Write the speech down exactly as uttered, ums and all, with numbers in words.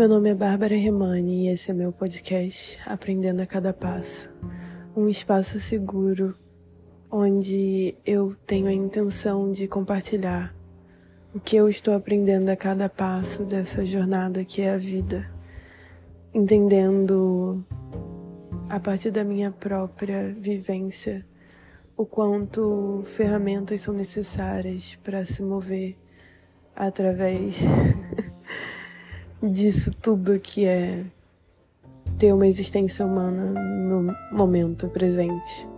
Meu nome é Bárbara Remani e esse é meu podcast Aprendendo a Cada Passo, um espaço seguro onde eu tenho a intenção de compartilhar o que eu estou aprendendo a cada passo dessa jornada que é a vida, entendendo a partir da minha própria vivência o quanto ferramentas são necessárias para se mover através disso tudo que é ter uma existência humana no momento presente.